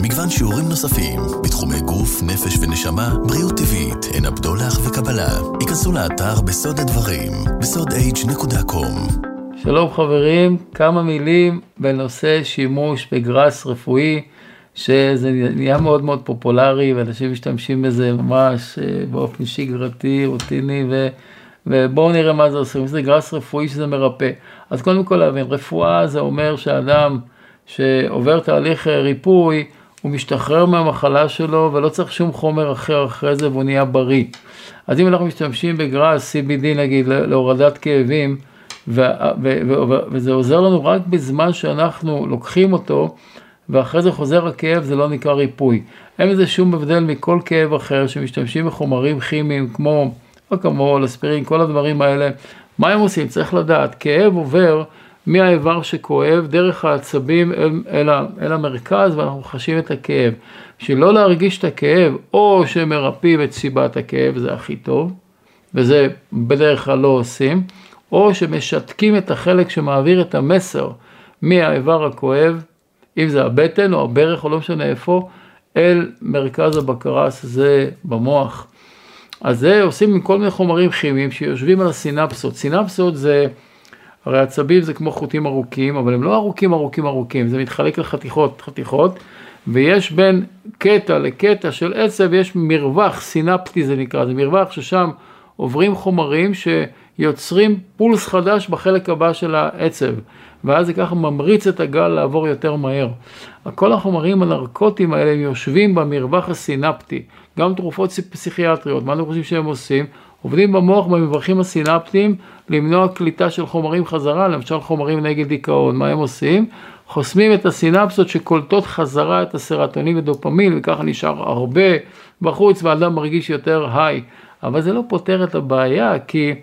מגוון שיעורים נוספים בתחומי גוף, נפש ונשמה, בריאות טבעית, עין הבדולח וקבלה. היכנסו לאתר בסוד הדברים, בסוד-h.com. שלום חברים, כמה מילים בנושא שימוש בגראס רפואי, שזה נהיה מאוד מאוד פופולרי, ואנשים משתמשים בזה ממש באופן שגרתי, רוטיני, ובואו נראה מה זה עושה. זה גראס רפואי שזה מרפא. אז קודם כל להבין, רפואה זה אומר שהאדם שעובר תהליך ריפוי, הוא משתחרר מהמחלה שלו, ולא צריך שום חומר אחרי זה, והוא נהיה בריא. אז אם אנחנו משתמשים בגראס, CBD נגיד, להורדת כאבים, וזה עוזר לנו רק בזמן שאנחנו לוקחים אותו, ואחרי זה חוזר הכאב, זה לא נקרא ריפוי. אין לזה שום הבדל מכל כאב אחר, שמשתמשים בחומרים כימיים, כמו אקמול, אספירין, כל הדברים האלה. מה הם עושים? צריך לדעת, כאב עובר מהאיבר שכואב, דרך העצבים אל המרכז, ואנחנו חשים את הכאב. שלא להרגיש את הכאב, או שמרפאים את סיבת הכאב, זה הכי טוב, וזה בדרך כלל לא עושים, או שמשתקים את החלק שמעביר את המסר מהאיבר הכואב, אם זה הבטן או הברך או לא משנה איפה, אל מרכז הבקרה, זה במוח. אז זה עושים עם כל מיני חומרים כימיים שיושבים על הסינפסות. סינפסות זה, הרי עצבים זה כמו חוטים ארוכים, אבל הם לא ארוכים, זה מתחלק לחתיכות, ויש בין קטע לקטע של עצב, יש מרווח סינפטי זה נקרא, זה מרווח ששם עוברים חומרים שיוצרים פולס חדש בחלק הבא של העצב, ואז זה ככה ממריץ את הגל לעבור יותר מהר. כל החומרים הנרקוטיים האלה הם יושבים במרווח הסינפטי, גם תרופות פסיכיאטריות, מה אנחנו חושבים שהם עושים? עובדים במוח במרווחים הסינפטיים למנוע קליטה של חומרים חזרה, למשל חומרים נגד דיכאון. מה הם עושים? חוסמים את הסינפסות שקולטות חזרה את הסרטונין ודופמין, וככה נשאר הרבה בחוץ והאדם מרגיש יותר היי. אבל זה לא פותר את הבעיה, כי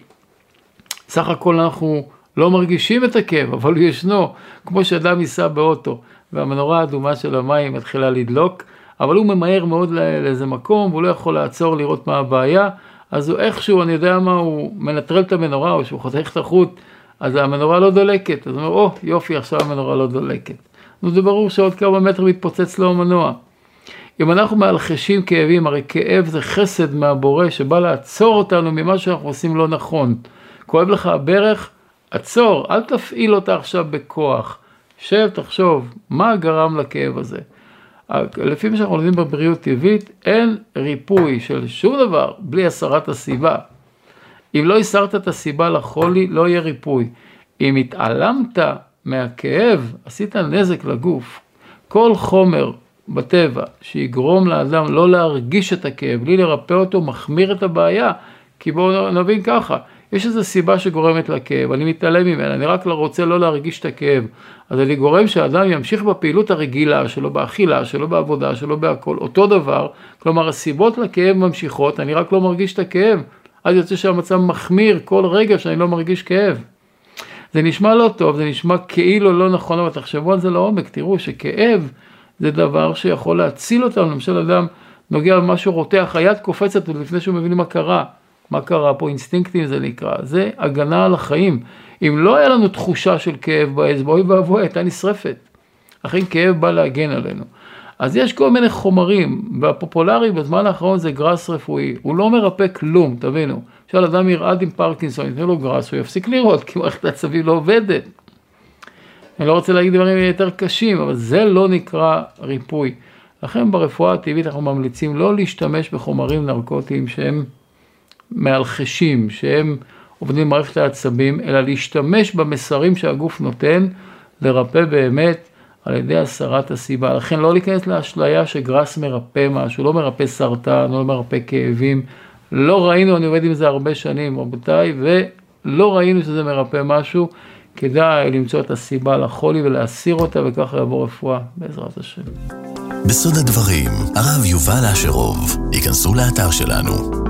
סך הכל אנחנו לא מרגישים את הכאב, אבל הוא ישנו, כמו שאדם ייסע באוטו, והמנורה האדומה של המים מתחילה לדלוק, אבל הוא ממהר מאוד לאיזה מקום, והוא לא יכול לעצור לראות מה הבעיה, אז הוא איכשהו, אני יודע מה, הוא מנטרל את המנורה, או שהוא חותך את החוט, אז המנורה לא דולקת, אז הוא אומר, יופי, עכשיו המנורה לא דולקת. זה ברור שעוד כמה מטר מתפוצץ לו המנוע. אם אנחנו מאלחשים כאבים, הרי כאב זה חסד מהבורא, שבא לעצור אותנו ממה שאנחנו עושים לא נכון. כואב לך הברך, עצור, אל תפעיל אותה עכשיו בכוח. שב, תחשוב, מה גרם לכאב הזה? לפי מה שאנחנו לומדים בבריאות טבעית, אין ריפוי של שום דבר בלי הסרת הסיבה. אם לא הסרת את הסיבה לחולי, לא יהיה ריפוי. אם התעלמת מהכאב, עשית נזק לגוף. כל חומר בטבע שיגרום לאדם לא להרגיש את הכאב, בלי לרפא אותו, מחמיר את הבעיה. כי בואו נבין ככה, יש איזו סיבה שגורמת לכאב, אני מתעלם ממנה, אני רק רוצה לא להרגיש את הכאב. אז אני גורם שהאדם ימשיך בפעילות הרגילה שלו, באכילה שלו, בעבודה שלו, בהכל, אותו דבר. כלומר, הסיבות לכאב ממשיכות, אני רק לא מרגיש את הכאב. אז יוצא שהמצב מחמיר כל רגע שאני לא מרגיש כאב. זה נשמע לא טוב, זה נשמע כאילו לא נכון, אבל תחשבו על זה לעומק, תראו שכאב זה דבר שיכול להציל אותנו. למשל, אדם נוגע במשהו רותח, היד קופצת לפני שהוא מבין מה קרה. מה קרה פה? אינסטינקטים זה נקרא. זה הגנה על החיים. אם לא היה לנו תחושה של כאב באצבע, אוי ואבוי, הייתה נשרפת. אחרי כאב בא להגן עלינו. אז יש כל מיני חומרים, והפופולרי בזמן האחרון זה גראס רפואי. הוא לא מרפא כלום, תבינו. עכשיו אדם ירעד עם פרקינסון, ייתנו לו גראס, הוא יפסיק לראות, כי מערכת העצבים לא עובדת. אני לא רוצה להגיד דברים יותר קשים, אבל זה לא נקרא ריפוי. לכן ברפואה הטבעית אנחנו ממליצים לא להשתמש בחומרים נרקוטיים שהם מאלחשים, שהם עובדים במערכת העצבים, אלא להשתמש במסרים שהגוף נותן, לרפא באמת על ידי הסרת הסיבה. לכן לא להיכנס לאשליה שגראס מרפא משהו, לא מרפא סרטן, לא מרפא כאבים. לא ראינו, אני עובד עם זה הרבה שנים, רבותיי, ולא ראינו שזה מרפא משהו. כדאי למצוא את הסיבה לחולי ולהסיר אותה, וככה יבוא רפואה בעזרת השם. בסוד הדברים, הרב יובל אשרוב, ייכנסו לאתר שלנו